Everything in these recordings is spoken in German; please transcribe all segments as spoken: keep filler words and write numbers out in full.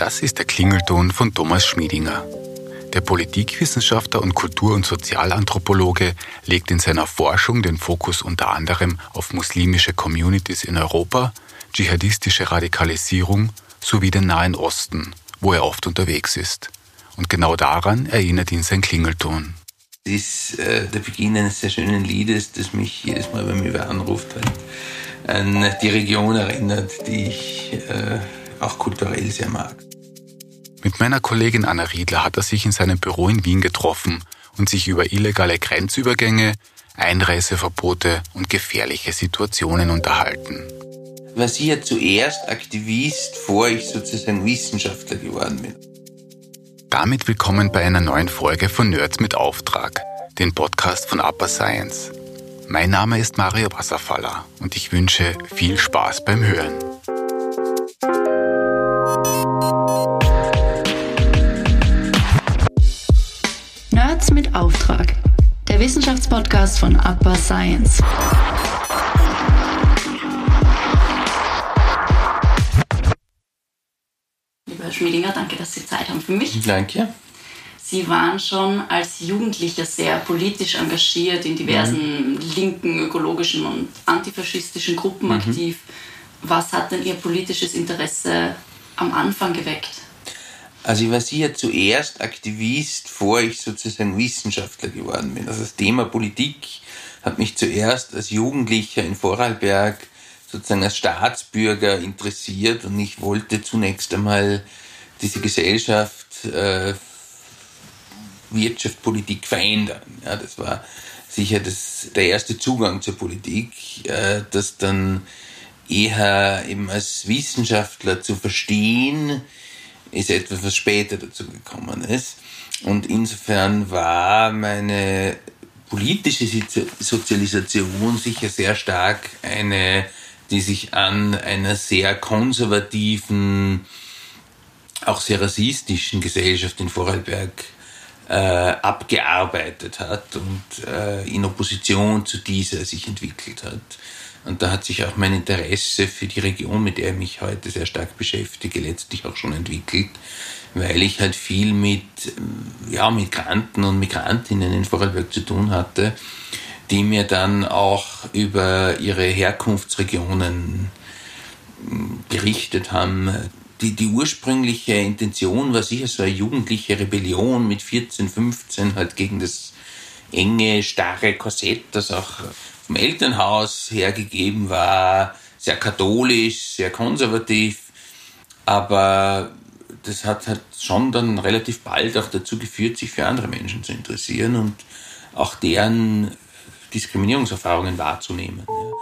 Das ist der Klingelton von Thomas Schmiedinger. Der Politikwissenschaftler und Kultur- und Sozialanthropologe legt in seiner Forschung den Fokus unter anderem auf muslimische Communities in Europa, dschihadistische Radikalisierung sowie den Nahen Osten, wo er oft unterwegs ist. Und genau daran erinnert ihn sein Klingelton. Das ist äh, der Beginn eines sehr schönen Liedes, das mich jedes Mal, wenn mich wer anruft, halt an die Region erinnert, die ich äh, auch kulturell sehr mag. Mit meiner Kollegin Anna Riedler hat er sich in seinem Büro in Wien getroffen und sich über illegale Grenzübergänge, Einreiseverbote und gefährliche Situationen unterhalten. Ich war sicher zuerst Aktivist, bevor ich sozusagen Wissenschaftler geworden bin. Damit willkommen bei einer neuen Folge von Nerds mit Auftrag, den Podcast von Upper Science. Mein Name ist Mario Wasserfaller und ich wünsche viel Spaß beim Hören. Nerds mit Auftrag, der Wissenschaftspodcast von Upper Science. Lieber Herr Schmiedinger, danke, dass Sie Zeit haben für mich. Danke. Sie waren schon als Jugendlicher sehr politisch engagiert, in diversen mhm. linken, ökologischen und antifaschistischen Gruppen mhm. aktiv. Was hat denn Ihr politisches Interesse am Anfang geweckt? Also ich war sicher zuerst Aktivist, bevor ich sozusagen Wissenschaftler geworden bin. Also das Thema Politik hat mich zuerst als Jugendlicher in Vorarlberg sozusagen als Staatsbürger interessiert und ich wollte zunächst einmal diese Gesellschaft, äh, Wirtschaft, Politik verändern. Ja, das war sicher das, der erste Zugang zur Politik, äh, das dann eher eben als Wissenschaftler zu verstehen, ist etwas, was später dazu gekommen ist. Und insofern war meine politische Sozialisation sicher sehr stark eine, die sich an einer sehr konservativen, auch sehr rassistischen Gesellschaft in Vorarlberg äh, abgearbeitet hat und äh, in Opposition zu dieser sich entwickelt hat. Und da hat sich auch mein Interesse für die Region, mit der ich mich heute sehr stark beschäftige, letztlich auch schon entwickelt, weil ich halt viel mit ja, Migranten und Migrantinnen in Vorarlberg zu tun hatte, die mir dann auch über ihre Herkunftsregionen berichtet haben. Die, die ursprüngliche Intention war sicher so eine jugendliche Rebellion mit vierzehn, fünfzehn halt gegen das enge, starre Korsett, das auch vom Elternhaus hergegeben war, sehr katholisch, sehr konservativ, aber das hat halt schon dann relativ bald auch dazu geführt, sich für andere Menschen zu interessieren und auch deren Diskriminierungserfahrungen wahrzunehmen.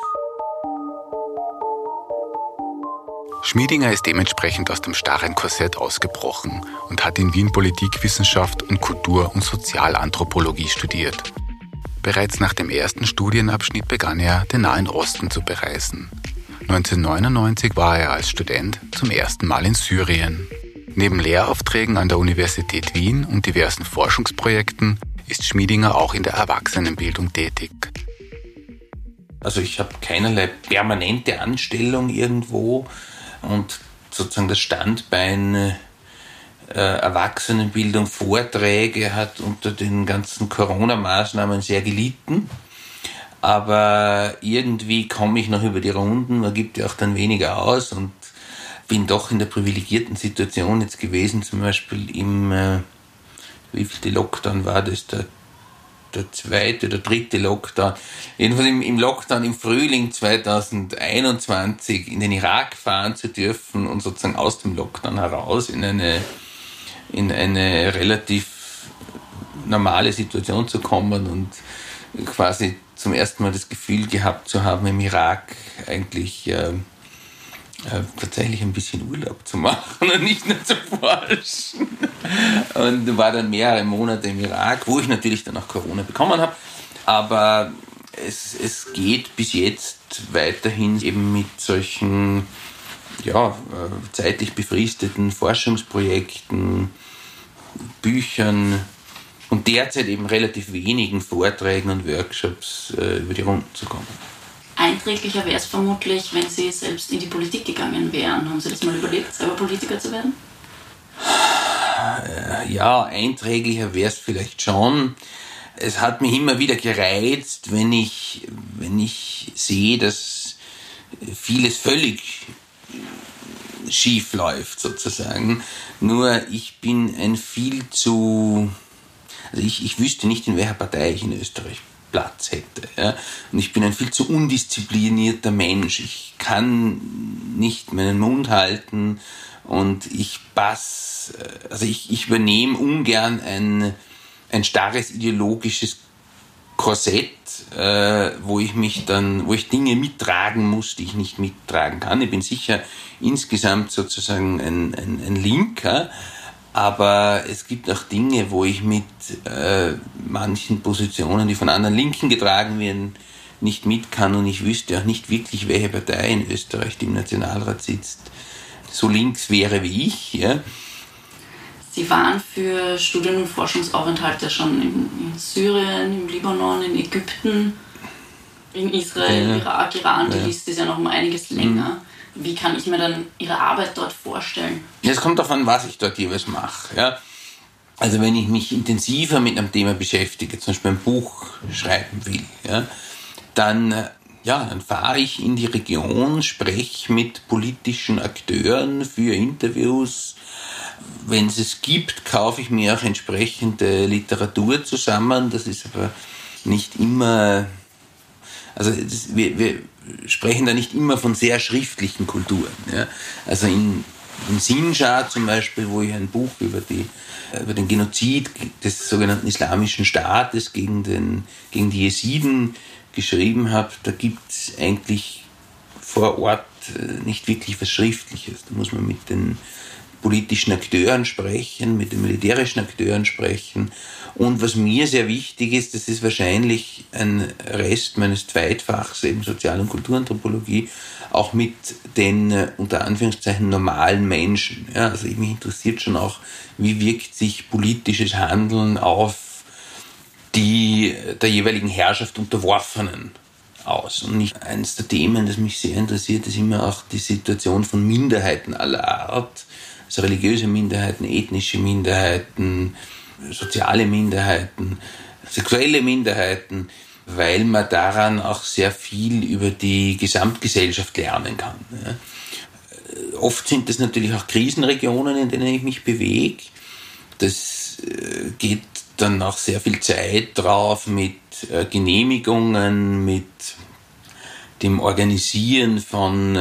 Schmiedinger ist dementsprechend aus dem starren Korsett ausgebrochen und hat in Wien Politikwissenschaft und Kultur- und Sozialanthropologie studiert. Bereits nach dem ersten Studienabschnitt begann er, den Nahen Osten zu bereisen. neunzehnhundertneunundneunzig war er als Student zum ersten Mal in Syrien. Neben Lehraufträgen an der Universität Wien und diversen Forschungsprojekten ist Schmiedinger auch in der Erwachsenenbildung tätig. Also ich habe keinerlei permanente Anstellung irgendwo und sozusagen das Standbein äh, Erwachsenenbildung, Vorträge hat unter den ganzen Corona-Maßnahmen sehr gelitten. Aber irgendwie komme ich noch über die Runden, man gibt ja auch dann weniger aus und bin doch in der privilegierten Situation jetzt gewesen, zum Beispiel im, äh, wie viel Lockdown war das, der, der zweite oder dritte Lockdown, jedenfalls im, im Lockdown im Frühling zweitausendeinundzwanzig in den Irak fahren zu dürfen und sozusagen aus dem Lockdown heraus in eine, in eine relativ normale Situation zu kommen und quasi zum ersten Mal das Gefühl gehabt zu haben, im Irak eigentlich äh, äh, tatsächlich ein bisschen Urlaub zu machen und nicht nur zu forschen. Und war dann mehrere Monate im Irak, wo ich natürlich dann auch Corona bekommen habe. Aber es, es geht bis jetzt weiterhin eben mit solchen ja, äh, zeitlich befristeten Forschungsprojekten, Büchern, und derzeit eben relativ wenigen Vorträgen und Workshops äh, über die Runden zu kommen. Einträglicher wäre es vermutlich, wenn Sie selbst in die Politik gegangen wären. Haben Sie das mal überlegt, selber Politiker zu werden? Ja, einträglicher wäre es vielleicht schon. Es hat mich immer wieder gereizt, wenn ich, wenn ich sehe, dass vieles völlig schief läuft sozusagen. Nur ich bin ein viel zu... Also ich, ich wüsste nicht, in welcher Partei ich in Österreich Platz hätte. Ja? Und ich bin ein viel zu undisziplinierter Mensch. Ich kann nicht meinen Mund halten und ich pass, also ich, ich übernehme ungern ein, ein starres ideologisches Korsett, äh, wo ich mich dann, wo ich Dinge mittragen muss, die ich nicht mittragen kann. Ich bin sicher insgesamt sozusagen ein, ein, ein Linker, aber es gibt auch Dinge, wo ich mit äh, manchen Positionen, die von anderen Linken getragen werden, nicht mit kann, und ich wüsste auch nicht wirklich, welche Partei in Österreich, die im Nationalrat sitzt, so links wäre wie ich. Ja. Sie waren für Studien- und Forschungsaufenthalte schon in, in Syrien, im Libanon, in Ägypten, in Israel, ja. Irak, Iran. Die ja. Liste ist ja noch um einiges länger. Mhm. Wie kann ich mir dann Ihre Arbeit dort vorstellen? Ja, es kommt darauf an, was ich dort jeweils mache. Ja. Also wenn ich mich intensiver mit einem Thema beschäftige, zum Beispiel ein Buch schreiben will, ja, dann, ja, dann fahre ich in die Region, spreche mit politischen Akteuren für Interviews. Wenn es es gibt, kaufe ich mir auch entsprechende Literatur zusammen. Das ist aber nicht immer... Also das, wir, wir sprechen da nicht immer von sehr schriftlichen Kulturen. Ja. Also in, in Sinjar zum Beispiel, wo ich ein Buch über, die, über den Genozid des sogenannten Islamischen Staates gegen, den, gegen die Jesiden geschrieben habe, da gibt es eigentlich vor Ort nicht wirklich was Schriftliches. Da muss man mit den politischen Akteuren sprechen, mit den militärischen Akteuren sprechen. Und was mir sehr wichtig ist, das ist wahrscheinlich ein Rest meines Zweitfachs, eben Sozial- und Kulturanthropologie, auch mit den unter Anführungszeichen normalen Menschen. Ja, also mich interessiert schon auch, wie wirkt sich politisches Handeln auf die der jeweiligen Herrschaft Unterworfenen aus. Und nicht eines der Themen, das mich sehr interessiert, ist immer auch die Situation von Minderheiten aller Art. Also religiöse Minderheiten, ethnische Minderheiten, soziale Minderheiten, sexuelle Minderheiten, weil man daran auch sehr viel über die Gesamtgesellschaft lernen kann. Ja. Oft sind das natürlich auch Krisenregionen, in denen ich mich bewege. Das geht dann auch sehr viel Zeit drauf mit Genehmigungen, mit dem Organisieren von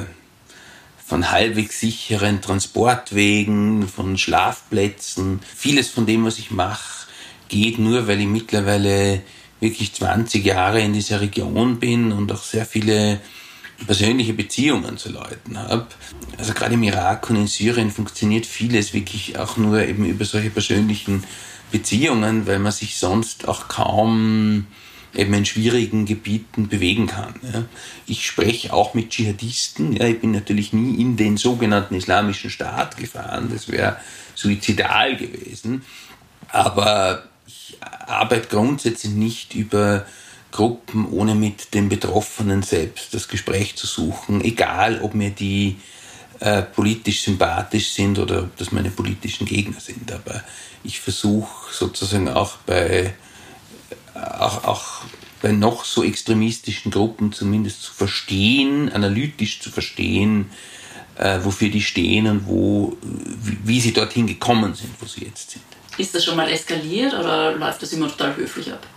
von halbwegs sicheren Transportwegen, von Schlafplätzen. Vieles von dem, was ich mache, geht nur, weil ich mittlerweile wirklich zwanzig Jahre in dieser Region bin und auch sehr viele persönliche Beziehungen zu Leuten habe. Also gerade im Irak und in Syrien funktioniert vieles wirklich auch nur eben über solche persönlichen Beziehungen, weil man sich sonst auch kaum eben in schwierigen Gebieten bewegen kann. Ja. Ich spreche auch mit Dschihadisten. Ja. Ich bin natürlich nie in den sogenannten Islamischen Staat gefahren. Das wäre suizidal gewesen. Aber ich arbeite grundsätzlich nicht über Gruppen, ohne mit den Betroffenen selbst das Gespräch zu suchen, egal ob mir die äh, politisch sympathisch sind oder ob das meine politischen Gegner sind. Aber ich versuche sozusagen auch bei Auch, auch bei noch so extremistischen Gruppen zumindest zu verstehen, analytisch zu verstehen, äh, wofür die stehen und wo, wie, wie sie dorthin gekommen sind, wo sie jetzt sind. Ist das schon mal eskaliert oder läuft das immer total höflich ab?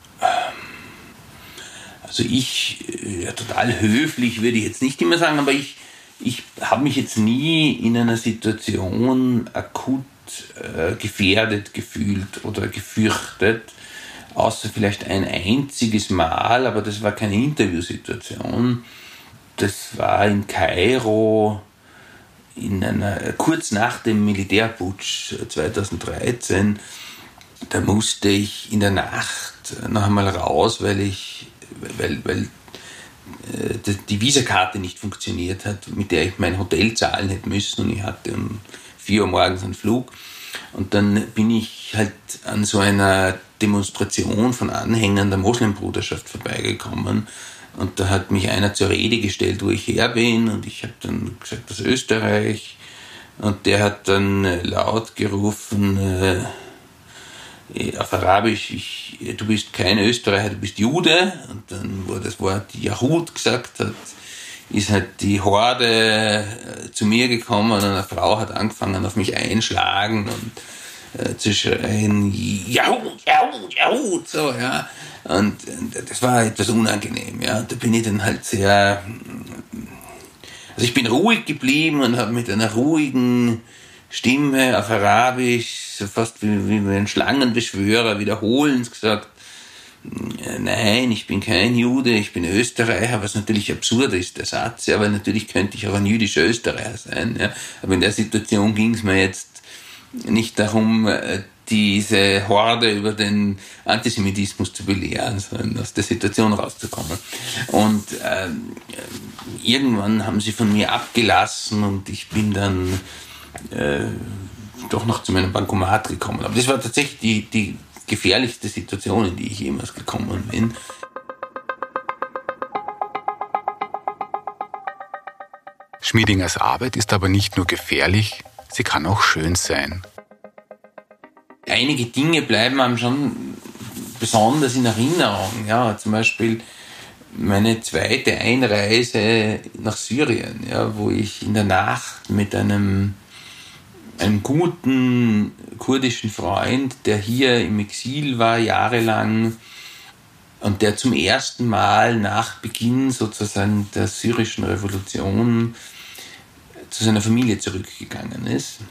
Also ich, ja, total höflich würde ich jetzt nicht immer sagen, aber ich, ich habe mich jetzt nie in einer Situation akut äh, gefährdet gefühlt oder gefürchtet, außer vielleicht ein einziges Mal, aber das war keine Interviewsituation. Das war in Kairo in einer, kurz nach dem Militärputsch zweitausenddreizehn. Da musste ich in der Nacht noch einmal raus, weil ich, weil, weil äh, die Visakarte nicht funktioniert hat, mit der ich mein Hotel zahlen hätte müssen, und ich hatte um vier Uhr morgens einen Flug. Und dann bin ich halt an so einer Demonstration von Anhängern der Moslembruderschaft vorbeigekommen, und da hat mich einer zur Rede gestellt, wo ich her bin, und ich habe dann gesagt, aus Österreich, Und der hat dann laut gerufen, äh, auf Arabisch, ich, du bist kein Österreicher, du bist Jude. Und dann, wo das Wort Yahud gesagt hat, ist halt die Horde zu mir gekommen und eine Frau hat angefangen auf mich einschlagen und äh, zu schreien, Yahud, Yahud, Yahud, so, ja. Und, und das war etwas unangenehm, ja. Da bin ich dann halt sehr, also ich bin ruhig geblieben und habe mit einer ruhigen Stimme auf Arabisch, so fast wie, wie ein Schlangenbeschwörer wiederholend gesagt, nein, ich bin kein Jude, ich bin Österreicher, was natürlich absurd ist, der Satz, ja, weil natürlich könnte ich auch ein jüdischer Österreicher sein, ja. Aber in der Situation ging es mir jetzt nicht darum, diese Horde über den Antisemitismus zu belehren, sondern aus der Situation rauszukommen. Und ähm, irgendwann haben sie von mir abgelassen und ich bin dann äh, doch noch zu meinem Bankomat gekommen. Aber das war tatsächlich die, die gefährlichste Situation, in die ich jemals gekommen bin. Schmiedingers Arbeit ist aber nicht nur gefährlich, sie kann auch schön sein. Einige Dinge bleiben einem schon besonders in Erinnerung. Ja, zum Beispiel meine zweite Einreise nach Syrien, ja, wo ich in der Nacht mit einem, einem guten kurdischen Freund, der hier im Exil war, jahrelang, und der zum ersten Mal nach Beginn sozusagen der syrischen Revolution zu seiner Familie zurückgegangen ist,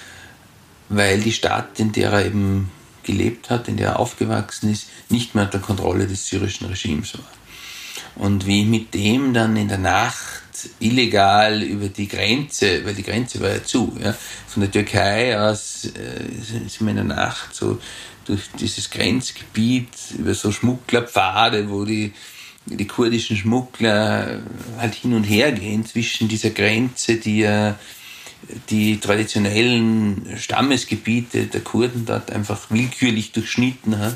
weil die Stadt, in der er eben gelebt hat, in der er aufgewachsen ist, nicht mehr unter Kontrolle des syrischen Regimes war. Und wie ich mit dem dann in der Nacht illegal über die Grenze, weil die Grenze war ja zu, ja, von der Türkei aus äh, sind wir in der Nacht so durch dieses Grenzgebiet über so Schmugglerpfade, wo die, die kurdischen Schmuggler halt hin und her gehen zwischen dieser Grenze, die ja die traditionellen Stammesgebiete der Kurden dort einfach willkürlich durchschnitten hat.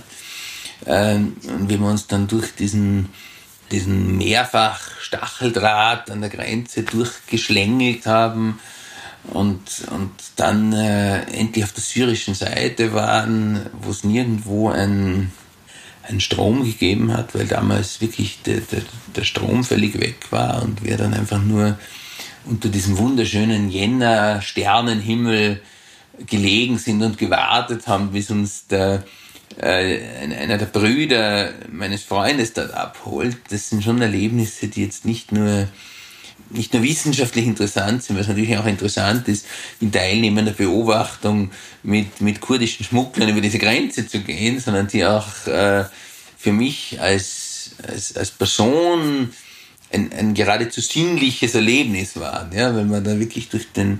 Und wenn wir uns dann durch diesen, diesen mehrfach Stacheldraht an der Grenze durchgeschlängelt haben und, und dann äh, endlich auf der syrischen Seite waren, wo es nirgendwo ein, ein Strom gegeben hat, weil damals wirklich der, der, der Strom völlig weg war und wir dann einfach nur unter diesem wunderschönen Jänner-Sternenhimmel gelegen sind und gewartet haben, bis uns der, äh, einer der Brüder meines Freundes dort abholt. Das sind schon Erlebnisse, die jetzt nicht nur, nicht nur wissenschaftlich interessant sind, was natürlich auch interessant ist, in teilnehmender Beobachtung mit, mit kurdischen Schmugglern über diese Grenze zu gehen, sondern die auch äh, für mich als, als, als Person Ein, ein geradezu sinnliches Erlebnis waren, ja, weil man da wirklich durch den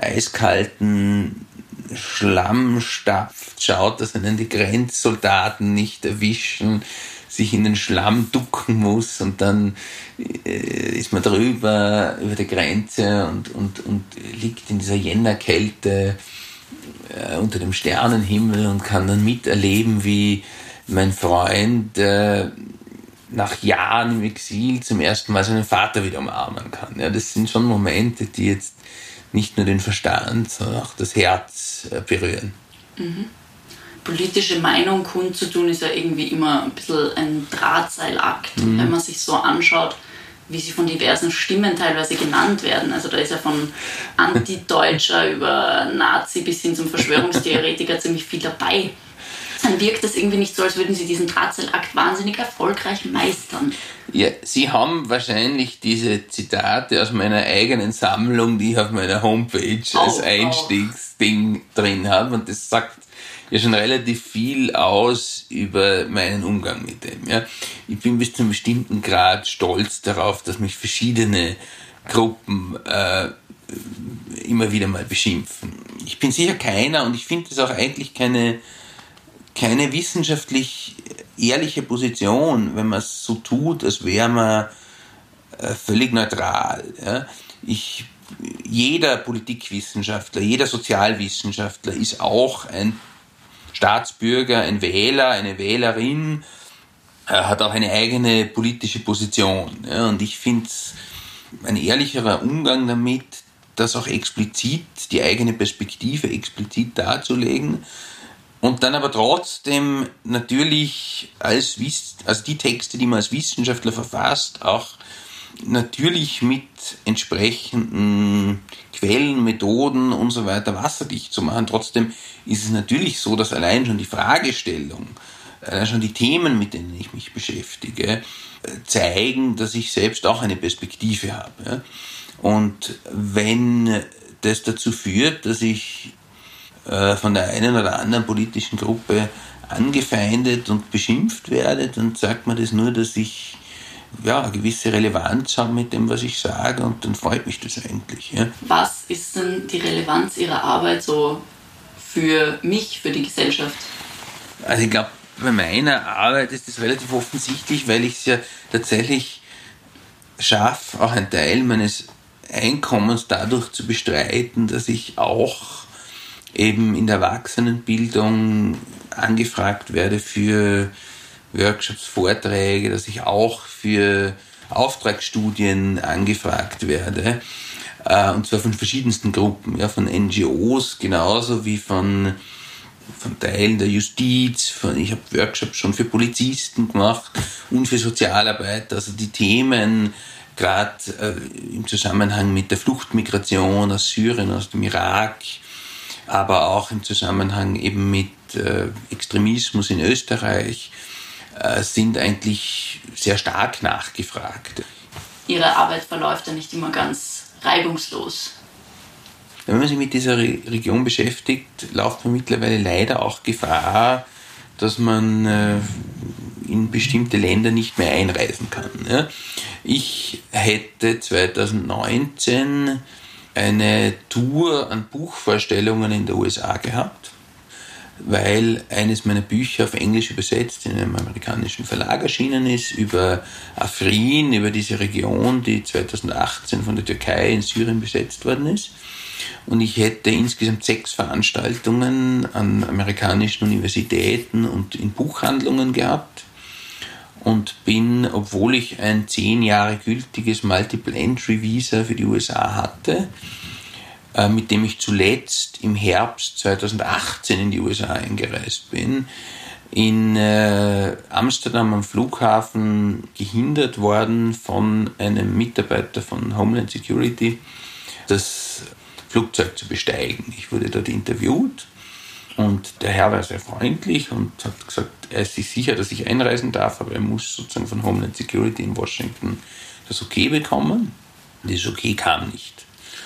eiskalten Schlamm stapft, schaut, dass einen die Grenzsoldaten nicht erwischen, sich in den Schlamm ducken muss und dann äh, ist man drüber über der Grenze und, und, und liegt in dieser Jännerkälte äh, unter dem Sternenhimmel und kann dann miterleben, wie mein Freund äh, nach Jahren im Exil zum ersten Mal seinen Vater wieder umarmen kann. Ja, das sind schon Momente, die jetzt nicht nur den Verstand, sondern auch das Herz berühren. Mhm. Politische Meinung kundzutun ist ja irgendwie immer ein bisschen ein Drahtseilakt, mhm. wenn man sich so anschaut, wie sie von diversen Stimmen teilweise genannt werden. Also da ist ja von Antideutscher über Nazi bis hin zum Verschwörungstheoretiker ziemlich viel dabei. Dann wirkt das irgendwie nicht so, als würden sie diesen Drahtseilakt wahnsinnig erfolgreich meistern. Ja, sie haben wahrscheinlich diese Zitate aus meiner eigenen Sammlung, die ich auf meiner Homepage oh, als Einstiegsding oh. drin habe. Und das sagt ja schon relativ viel aus über meinen Umgang mit dem. Ja. Ich bin bis zu einem bestimmten Grad stolz darauf, dass mich verschiedene Gruppen äh, immer wieder mal beschimpfen. Ich bin sicher keiner und ich finde das auch eigentlich keine keine wissenschaftlich ehrliche Position, wenn man es so tut, als wäre man äh, völlig neutral. Ja. Ich, jeder Politikwissenschaftler, jeder Sozialwissenschaftler ist auch ein Staatsbürger, ein Wähler, eine Wählerin, äh, hat auch eine eigene politische Position. Ja. Und ich finde es ein ehrlicherer Umgang damit, das auch explizit, die eigene Perspektive explizit darzulegen. Und dann aber trotzdem natürlich als, also die Texte, die man als Wissenschaftler verfasst, auch natürlich mit entsprechenden Quellen, Methoden und so weiter wasserdicht zu machen. Trotzdem ist es natürlich so, dass allein schon die Fragestellung, allein schon die Themen, mit denen ich mich beschäftige, zeigen, dass ich selbst auch eine Perspektive habe. Und wenn das dazu führt, dass ich von der einen oder anderen politischen Gruppe angefeindet und beschimpft werde, dann sagt man das nur, dass ich ja, eine gewisse Relevanz habe mit dem, was ich sage, und dann freut mich das eigentlich. Ja. Was ist denn die Relevanz Ihrer Arbeit so für mich, für die Gesellschaft? Also ich glaube, bei meiner Arbeit ist das relativ offensichtlich, weil ich es ja tatsächlich schaffe, auch einen Teil meines Einkommens dadurch zu bestreiten, dass ich auch eben in der Erwachsenenbildung angefragt werde für Workshops, Vorträge, dass ich auch für Auftragsstudien angefragt werde, und zwar von verschiedensten Gruppen, ja, von N G Os genauso wie von, von Teilen der Justiz. Von, ich habe Workshops schon für Polizisten gemacht und für Sozialarbeiter, also die Themen gerade äh, im Zusammenhang mit der Fluchtmigration aus Syrien, aus dem Irak, aber auch im Zusammenhang eben mit äh, Extremismus in Österreich, äh, sind eigentlich sehr stark nachgefragt. Ihre Arbeit verläuft ja nicht immer ganz reibungslos. Wenn man sich mit dieser Re- Region beschäftigt, läuft man mittlerweile leider auch Gefahr, dass man äh, in bestimmte Länder nicht mehr einreisen kann. Ja? Ich hätte zwanzig neunzehn eine Tour an Buchvorstellungen in den U S A gehabt, weil eines meiner Bücher auf Englisch übersetzt in einem amerikanischen Verlag erschienen ist, über Afrin, über diese Region, die zwanzig achtzehn von der Türkei in Syrien besetzt worden ist. Und ich hätte insgesamt sechs Veranstaltungen an amerikanischen Universitäten und in Buchhandlungen gehabt. Und bin, obwohl ich ein zehn Jahre gültiges Multiple-Entry-Visa für die U S A hatte, äh, mit dem ich zuletzt im Herbst zwanzig achtzehn in die U S A eingereist bin, in äh, Amsterdam am Flughafen gehindert worden von einem Mitarbeiter von Homeland Security, das Flugzeug zu besteigen. Ich wurde dort interviewt. Und der Herr war sehr freundlich und hat gesagt, er ist sich sicher, dass ich einreisen darf, aber er muss sozusagen von Homeland Security in Washington das Okay bekommen. Das Okay kam nicht.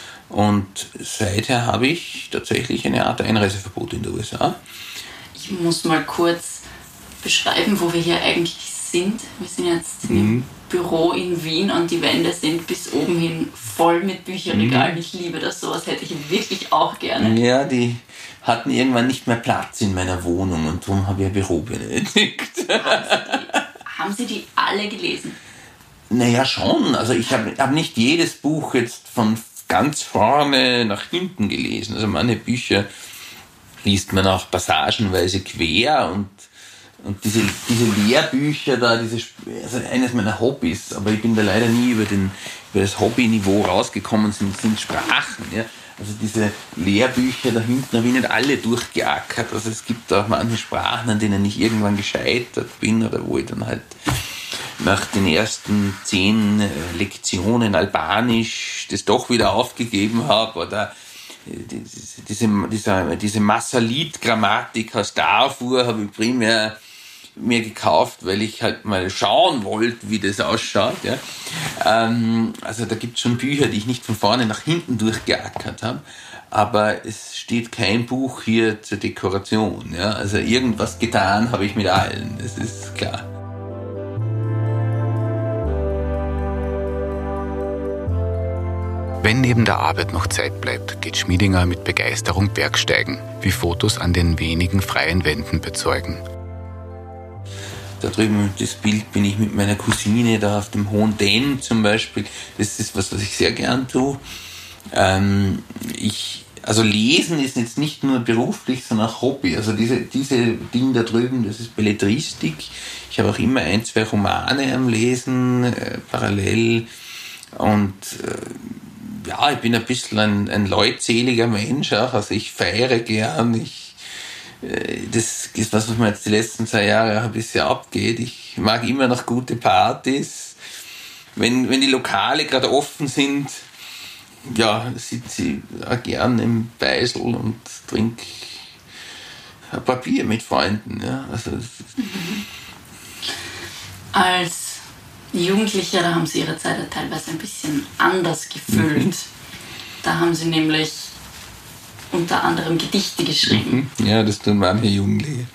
Und seither habe ich tatsächlich eine Art Einreiseverbot in der U S A. Ich muss mal kurz beschreiben, wo wir hier eigentlich sind. Wir sind jetzt mhm. im Büro in Wien und die Wände sind bis oben hin voll mit Bücherregalen. Mhm. Ich liebe das, sowas hätte ich wirklich auch gerne. Ja, die hatten irgendwann nicht mehr Platz in meiner Wohnung und darum habe ich ein Büro benötigt. Haben Sie die, haben Sie die alle gelesen? Naja, schon. Also ich habe hab nicht jedes Buch jetzt von ganz vorne nach hinten gelesen. Also meine Bücher liest man auch passagenweise quer und Und diese, diese Lehrbücher da, diese, also eines meiner Hobbys, aber ich bin da leider nie über, den, über das Hobbyniveau rausgekommen, sind, sind Sprachen. Ja? Also diese Lehrbücher da hinten habe ich nicht alle durchgeackert. Also es gibt auch manche Sprachen, an denen ich irgendwann gescheitert bin oder wo ich dann halt nach den ersten zehn Lektionen Albanisch das doch wieder aufgegeben habe oder diese, diese, diese, diese Massalit-Grammatik aus Darfur habe ich primär mir gekauft, weil ich halt mal schauen wollte, wie das ausschaut. Ja. Ähm, also da gibt es schon Bücher, die ich nicht von vorne nach hinten durchgeackert habe, aber es steht kein Buch hier zur Dekoration. Ja. Also irgendwas getan habe ich mit allen, das ist klar. Wenn neben der Arbeit noch Zeit bleibt, geht Schmiedinger mit Begeisterung Bergsteigen, wie Fotos an den wenigen freien Wänden bezeugen. Da drüben, das Bild, bin ich mit meiner Cousine da auf dem Hohen Denn zum Beispiel. Das ist was, was ich sehr gern tue. Ähm, ich, also Lesen ist jetzt nicht nur beruflich, sondern auch Hobby. Also diese, diese Ding da drüben, das ist Belletristik. Ich habe auch immer ein, zwei Romane am Lesen, äh, parallel. Und äh, ja, ich bin ein bisschen ein, ein leutseliger Mensch auch. Also ich feiere gern. Ich, äh, das ist was, was mir jetzt die letzten zwei Jahre auch ein bisschen abgeht. Ich mag immer noch gute Partys. Wenn, wenn die Lokale gerade offen sind, ja, sitze ich auch gern im Beisel und trinke ein paar Bier mit Freunden. Ja. Also, als Jugendliche, da haben sie ihre Zeit ja teilweise ein bisschen anders gefüllt. Mhm. Da haben sie nämlich unter anderem Gedichte geschrieben. Mhm. Ja, das tun manche Jugendliche.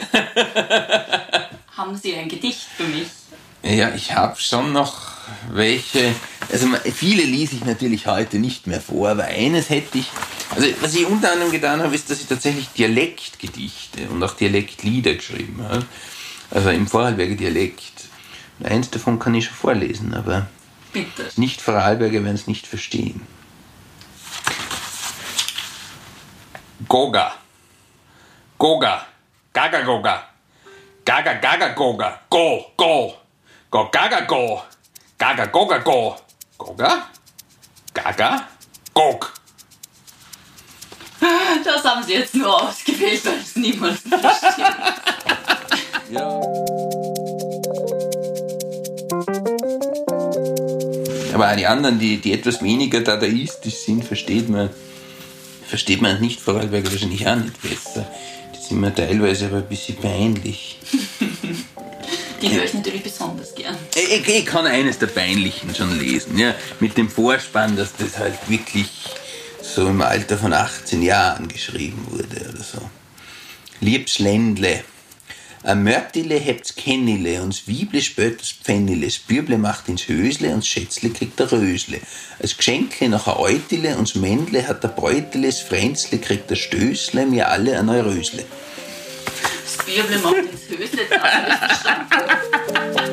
Haben Sie ein Gedicht für mich? Ja, ich habe schon noch welche. Also viele lese ich natürlich heute nicht mehr vor, aber eines hätte ich. Also was ich unter anderem getan habe, ist, dass ich tatsächlich Dialektgedichte und auch Dialektlieder geschrieben habe. Also im Vorarlberger Dialekt. Eins davon kann ich schon vorlesen, aber bitte. Nicht Vorarlberger werden es nicht verstehen. Goga. Goga. Gaga Goga. Gaga Gaga Goga. Go, go. Go Gaga Go. Gaga Goga Go. Goga. Gaga. Gog. Das haben Sie jetzt nur ausgewählt, weil es niemand versteht. Ja. Aber die anderen, die, die etwas weniger dadaistisch sind, versteht man, versteht man nicht, Vorarlberger wahrscheinlich auch nicht besser. Die sind mir teilweise aber ein bisschen peinlich. Die höre ich natürlich besonders gern. Ich, ich kann eines der peinlichen schon lesen, ja, mit dem Vorspann, dass das halt wirklich so im Alter von achtzehn Jahren geschrieben wurde oder so. Liebs Ländle, ein Mörtile hebt's Kennile, uns Wieble spöt das Pfennile, das Bürble macht ins Hösle, uns Schätzle kriegt der Rösle. Als Geschenkle noch ein Eutile, uns Mändle hat der Beutele, das Fränzle kriegt der Stößle, mir alle ein Neurösle. Das Bürble macht ins Hösle, das habe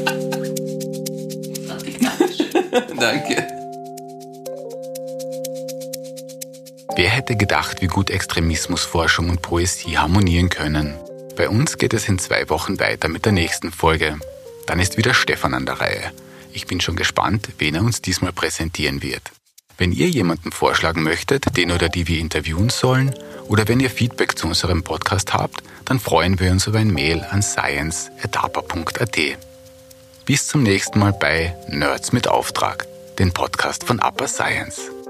ich verstanden. Dankeschön. Danke. Wer hätte gedacht, wie gut Extremismusforschung und Poesie harmonieren können? Bei uns geht es in zwei Wochen weiter mit der nächsten Folge. Dann ist wieder Stefan an der Reihe. Ich bin schon gespannt, wen er uns diesmal präsentieren wird. Wenn ihr jemanden vorschlagen möchtet, den oder die wir interviewen sollen, oder wenn ihr Feedback zu unserem Podcast habt, dann freuen wir uns über ein Mail an science at a p a punkt a t. Bis zum nächsten Mal bei Nerds mit Auftrag, den Podcast von Upper Science.